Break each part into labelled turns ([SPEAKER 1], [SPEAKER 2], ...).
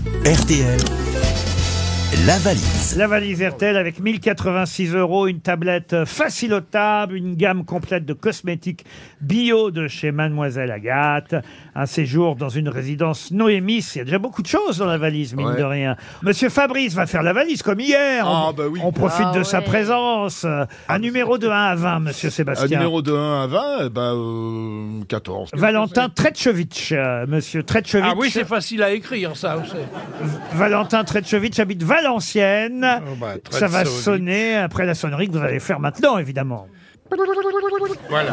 [SPEAKER 1] RTL, la valise.
[SPEAKER 2] La valise RTL avec 1086 €, une tablette facile au table, une gamme complète de cosmétiques bio de chez Mademoiselle Agathe, un séjour dans une résidence Noémis. Il y a déjà beaucoup de choses dans la valise, mine de rien. Monsieur Fabrice va faire la valise comme hier. On profite de sa présence. Un numéro de 1 à 20, monsieur Sébastien.
[SPEAKER 3] Un numéro de 1 à 20, 14.
[SPEAKER 2] Valentin Tretchevitch, monsieur Tretchevitch.
[SPEAKER 4] Ah oui, c'est facile à écrire, ça.
[SPEAKER 2] Valentin Tretchevitch habite Valenciennes. Ça va sonner après la sonnerie que vous allez faire maintenant, évidemment.
[SPEAKER 4] Voilà.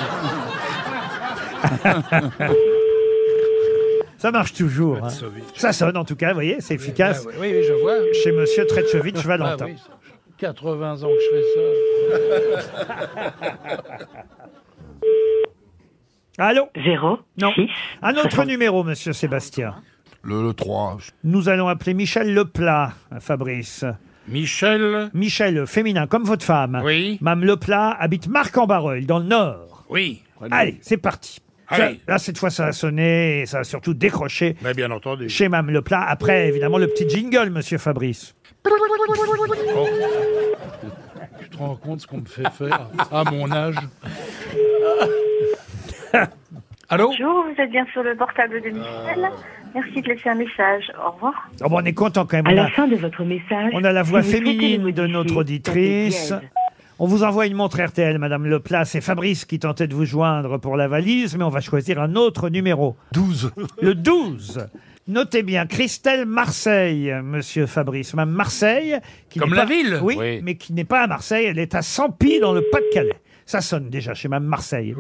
[SPEAKER 2] Ça marche toujours. Hein. Ça sonne en tout cas, vous voyez, c'est efficace.
[SPEAKER 4] Oui, je vois.
[SPEAKER 2] Chez monsieur Tretchevitch, Valentin.
[SPEAKER 4] Ah, oui. 80 ans que je fais ça.
[SPEAKER 2] Allô?
[SPEAKER 5] 0,
[SPEAKER 2] Non.
[SPEAKER 5] 6.
[SPEAKER 2] Un autre numéro, monsieur Sébastien.
[SPEAKER 3] Le 3.
[SPEAKER 2] Nous allons appeler Michel Leplat, Fabrice.
[SPEAKER 4] Michel.
[SPEAKER 2] Michel, féminin, comme votre femme.
[SPEAKER 4] Oui.
[SPEAKER 2] Mme Leplat habite Marc-en-Barœul, dans le Nord.
[SPEAKER 4] Oui.
[SPEAKER 2] Allez, c'est parti.
[SPEAKER 4] Allez.
[SPEAKER 2] Là, cette fois, ça a sonné et ça a surtout décroché
[SPEAKER 4] Mais bien entendu.
[SPEAKER 2] chez Mme Leplat. Après, évidemment, le petit jingle, monsieur Fabrice.
[SPEAKER 4] Oh. Tu te rends compte ce qu'on me fait faire à mon âge? Allô?
[SPEAKER 5] Bonjour, vous êtes bien sur le portable de Michel. Merci de laisser un message. Au revoir.
[SPEAKER 2] Oh, bon, on est content quand même.
[SPEAKER 5] À la fin de votre message,
[SPEAKER 2] On a la voix
[SPEAKER 5] si vous souhaitez
[SPEAKER 2] féminine
[SPEAKER 5] le
[SPEAKER 2] de
[SPEAKER 5] modifier,
[SPEAKER 2] notre auditrice.
[SPEAKER 5] tapez dièse.
[SPEAKER 2] On vous envoie une montre RTL, Madame Leplat. C'est Fabrice qui tentait de vous joindre pour la valise, mais on va choisir un autre numéro.
[SPEAKER 3] 12.
[SPEAKER 2] Le 12. Notez bien, Christelle Marseille, monsieur Fabrice. Mme Marseille. Qui
[SPEAKER 4] Comme
[SPEAKER 2] n'est
[SPEAKER 4] la
[SPEAKER 2] pas-
[SPEAKER 4] ville.
[SPEAKER 2] Oui,
[SPEAKER 4] Oui.
[SPEAKER 2] mais qui n'est pas à Marseille. Elle est à Sampy, dans le Pas-de-Calais. Ça sonne déjà chez Mme Marseille.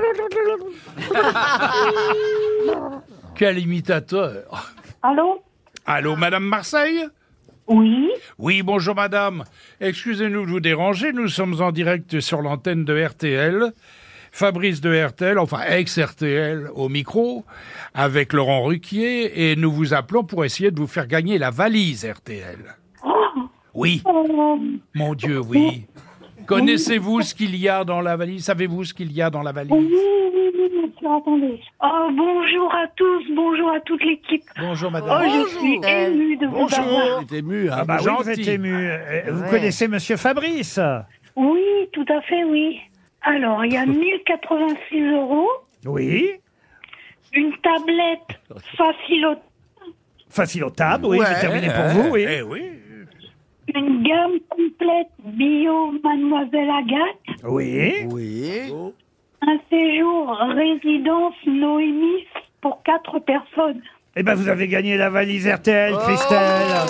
[SPEAKER 4] Quel imitateur.
[SPEAKER 5] Allô?
[SPEAKER 4] Allô, Madame Marseille?
[SPEAKER 5] Oui?
[SPEAKER 4] Oui, bonjour madame. Excusez-nous de vous déranger, nous sommes en direct sur l'antenne de RTL. Fabrice de RTL, enfin ex-RTL au micro, avec Laurent Ruquier, et nous vous appelons pour essayer de vous faire gagner la valise RTL. Oui, mon Dieu, oui. Connaissez-vous ce qu'il y a dans la valise? Savez-vous ce qu'il y a dans la valise?
[SPEAKER 5] Oui, monsieur, attendez. Oh, bonjour à tous, bonjour à toute l'équipe.
[SPEAKER 4] Bonjour
[SPEAKER 5] Oh,
[SPEAKER 4] madame.
[SPEAKER 5] je suis émue de vous avoir.
[SPEAKER 3] T'es ému, hein?
[SPEAKER 2] Ah bah oui, vous êtes
[SPEAKER 4] Gentil.
[SPEAKER 2] ému. Vous connaissez monsieur Fabrice?
[SPEAKER 5] Oui, tout à fait, oui. Alors, il y a 1086 €,
[SPEAKER 2] Oui.
[SPEAKER 5] une tablette facile au
[SPEAKER 2] Facile au table, oui, j'ai terminé pour vous, oui.
[SPEAKER 4] Eh oui.
[SPEAKER 5] une gamme complète bio Mademoiselle Agathe,
[SPEAKER 2] Oui.
[SPEAKER 3] Oui.
[SPEAKER 5] un séjour résidence Noémis pour 4 personnes.
[SPEAKER 2] Eh ben, vous avez gagné la valise RTL, Christelle.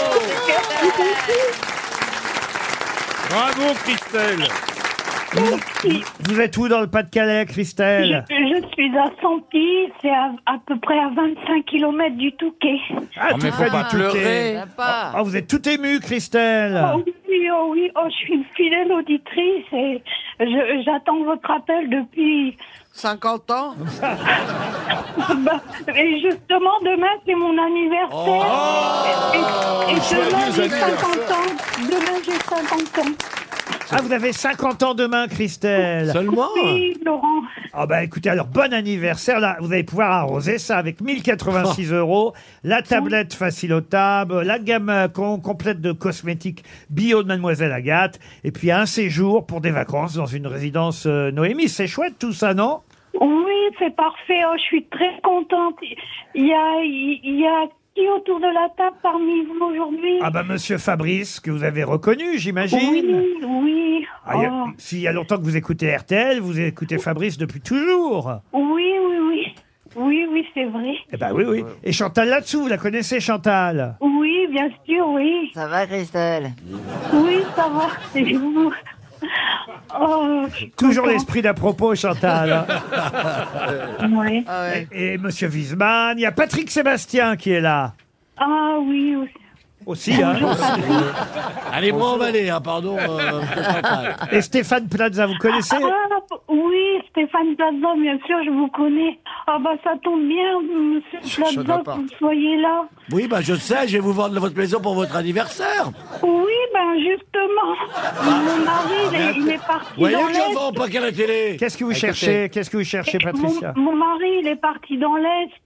[SPEAKER 4] Bravo Christelle.
[SPEAKER 2] Vous êtes où dans le Pas-de-Calais, Christelle?
[SPEAKER 5] Je suis à Sampy, c'est à peu près à 25 km du Touquet.
[SPEAKER 2] Ah, tout
[SPEAKER 4] mais
[SPEAKER 2] près
[SPEAKER 4] faut pas
[SPEAKER 2] du Touquet.
[SPEAKER 4] pleurer.
[SPEAKER 2] Oh, vous êtes tout ému, Christelle.
[SPEAKER 5] Oh oui, je suis une fidèle auditrice et j'attends votre appel depuis...
[SPEAKER 6] 50 ans.
[SPEAKER 5] Et justement, demain, c'est mon anniversaire. Et demain, j'ai 50 ans. Demain, j'ai 50 ans.
[SPEAKER 2] Ah, vous avez 50 ans demain, Christelle.
[SPEAKER 3] Seulement?
[SPEAKER 5] Oui, Laurent.
[SPEAKER 2] Ah bah écoutez, alors bon anniversaire. Là, vous allez pouvoir arroser ça avec 1086 €, la tablette facile au table, la gamme complète de cosmétiques bio de Mademoiselle Agathe, et puis un séjour pour des vacances dans une résidence Noémis. C'est chouette tout ça, non?
[SPEAKER 5] Oui, c'est parfait. Oh, je suis très contente. Il y a qui autour de la table parmi vous aujourd'hui?
[SPEAKER 2] Ah bah monsieur Fabrice, que vous avez reconnu, j'imagine.
[SPEAKER 5] Oui.
[SPEAKER 2] Ah, s'il y a longtemps que vous écoutez RTL, vous écoutez Fabrice depuis toujours.
[SPEAKER 5] Oui. Oui, c'est vrai.
[SPEAKER 2] Eh ben oui. Et Chantal là-dessous, vous la connaissez, Chantal?
[SPEAKER 5] Oui, bien sûr, oui.
[SPEAKER 6] Ça va, Christelle?
[SPEAKER 5] Oui, ça va. C'est vous. Oh, je suis
[SPEAKER 2] Toujours
[SPEAKER 5] contente.
[SPEAKER 2] l'esprit d'à propos, Chantal.
[SPEAKER 5] Ouais.
[SPEAKER 6] Ah ouais.
[SPEAKER 2] Et monsieur Wiesmann, il y a Patrick Sébastien qui est là.
[SPEAKER 5] Ah oui, aussi.
[SPEAKER 2] Aussi, hein.
[SPEAKER 3] Allez, moi emballé, hein, pardon.
[SPEAKER 2] Et Stéphane Plaza, vous connaissez?
[SPEAKER 5] Ah, oui, Stéphane Plaza, bien sûr, je vous connais. Ah bah ça tombe bien, monsieur Plaza, que vous soyez là.
[SPEAKER 3] Oui, bah je sais, je vais vous vendre votre maison pour votre anniversaire.
[SPEAKER 5] Oui, ben justement, mon mari, il est parti
[SPEAKER 3] Vous voyez
[SPEAKER 5] dans
[SPEAKER 3] que
[SPEAKER 5] l'Est.
[SPEAKER 3] j'en vends pas qu'à la télé.
[SPEAKER 2] Qu'est-ce que vous cherchez? Qu'est-ce que vous cherchez, Patricia?
[SPEAKER 5] Mon mari, il est parti dans l'Est.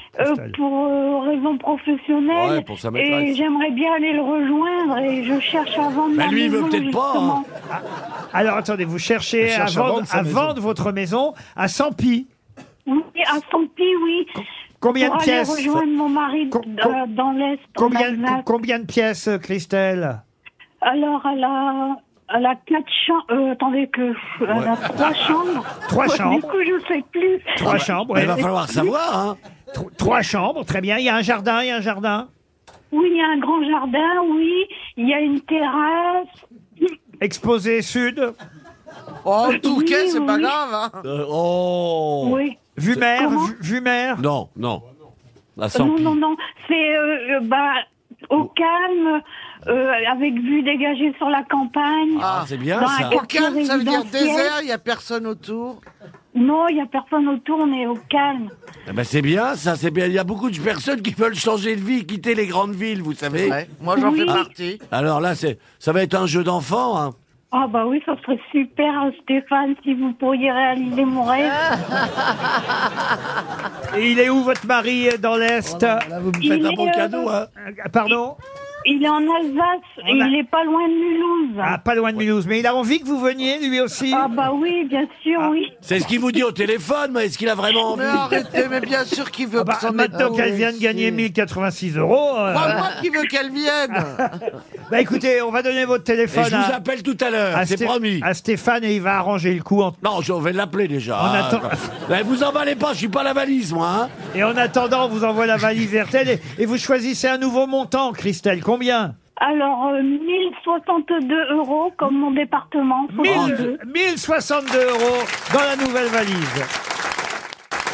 [SPEAKER 2] Christelle.
[SPEAKER 5] pour raison professionnelle.
[SPEAKER 3] Ouais, pour sa maîtresse.
[SPEAKER 5] Et j'aimerais bien aller le rejoindre et je cherche à vendre ma
[SPEAKER 3] lui, il veut
[SPEAKER 5] maison,
[SPEAKER 3] peut-être pas,
[SPEAKER 5] justement.
[SPEAKER 2] Alors attendez, vous cherchez
[SPEAKER 7] Elle cherche
[SPEAKER 2] à vendre votre maison à Sampy.
[SPEAKER 5] Oui, à Sampy, oui.
[SPEAKER 2] Combien
[SPEAKER 5] pour
[SPEAKER 2] de
[SPEAKER 5] aller
[SPEAKER 2] pièces
[SPEAKER 5] rejoindre mon mari dans l'Est, en Alsace.
[SPEAKER 2] Combien de pièces, Christelle?
[SPEAKER 5] Alors, elle a 4 chambres. Attendez, elle a 3 chambres.
[SPEAKER 2] 3 chambres.
[SPEAKER 5] Du coup, je ne sais plus.
[SPEAKER 2] 3 chambres,
[SPEAKER 3] Il va
[SPEAKER 2] ouais.
[SPEAKER 3] falloir savoir, hein.
[SPEAKER 2] 3 chambres, très bien. Il y a un jardin,
[SPEAKER 5] Oui, il y a un grand jardin, oui. Il y a une terrasse.
[SPEAKER 2] Exposé sud,
[SPEAKER 6] Oh, tout
[SPEAKER 5] Oui,
[SPEAKER 6] c'est pas
[SPEAKER 5] oui.
[SPEAKER 6] grave, hein.
[SPEAKER 3] Oh.
[SPEAKER 5] Oui.
[SPEAKER 2] vue mer,
[SPEAKER 5] Comment
[SPEAKER 2] vue mer.
[SPEAKER 3] Non, non. À
[SPEAKER 5] Non,
[SPEAKER 3] Sampy.
[SPEAKER 5] non. C'est au calme, avec vue dégagée sur la campagne.
[SPEAKER 3] Ah, c'est bien
[SPEAKER 5] Dans
[SPEAKER 3] ça.
[SPEAKER 5] un
[SPEAKER 6] Au calme, ça veut dire
[SPEAKER 5] résidentiel.
[SPEAKER 6] désert, il n'y a personne autour.
[SPEAKER 5] Non, il n'y a personne autour, on est au calme.
[SPEAKER 3] Eh ben, c'est bien, ça, c'est bien. Il y a beaucoup de personnes qui veulent changer de vie, quitter les grandes villes, vous savez.
[SPEAKER 6] Ouais, moi, j'en
[SPEAKER 5] Oui.
[SPEAKER 6] fais partie.
[SPEAKER 3] Alors là, ça va être un jeu d'enfant, hein.
[SPEAKER 5] Ah bah oui, ça serait super, Stéphane, si vous pourriez réaliser mon rêve.
[SPEAKER 2] Et il est où votre mari dans l'Est?
[SPEAKER 3] Là, vous me
[SPEAKER 5] Il
[SPEAKER 3] faites un
[SPEAKER 5] est,
[SPEAKER 3] bon cadeau, hein.
[SPEAKER 2] Pardon?
[SPEAKER 5] Il est en Alsace et il est pas loin de Mulhouse.
[SPEAKER 2] Ah, pas loin de Mulhouse. Mais il a envie que vous veniez, lui aussi?
[SPEAKER 5] Ah bah oui, bien sûr, oui.
[SPEAKER 3] C'est ce qu'il vous dit au téléphone, mais est-ce qu'il a vraiment envie?
[SPEAKER 6] Mais arrêtez, mais bien sûr qu'il veut
[SPEAKER 2] Ah bah,
[SPEAKER 6] que son
[SPEAKER 2] maintenant
[SPEAKER 6] épouse-
[SPEAKER 2] qu'elle vient de gagner 1086 euros.
[SPEAKER 6] Crois-moi qu'il veut qu'elle vienne.
[SPEAKER 2] Bah écoutez, on va donner votre
[SPEAKER 3] Et
[SPEAKER 2] téléphone
[SPEAKER 3] je vous appelle tout à l'heure, c'est promis.
[SPEAKER 2] à Stéphane et il va arranger le coup.
[SPEAKER 3] Non, je vais l'appeler déjà.
[SPEAKER 2] On attend-
[SPEAKER 3] Mais vous emballez pas, je suis pas la valise, moi, hein.
[SPEAKER 2] Et en attendant, on vous envoie la valise RTL et vous choisissez un nouveau montant, Christelle. Combien?
[SPEAKER 5] Alors, 1062 euros comme mon département. 62.
[SPEAKER 2] 1062 euros dans la nouvelle valise.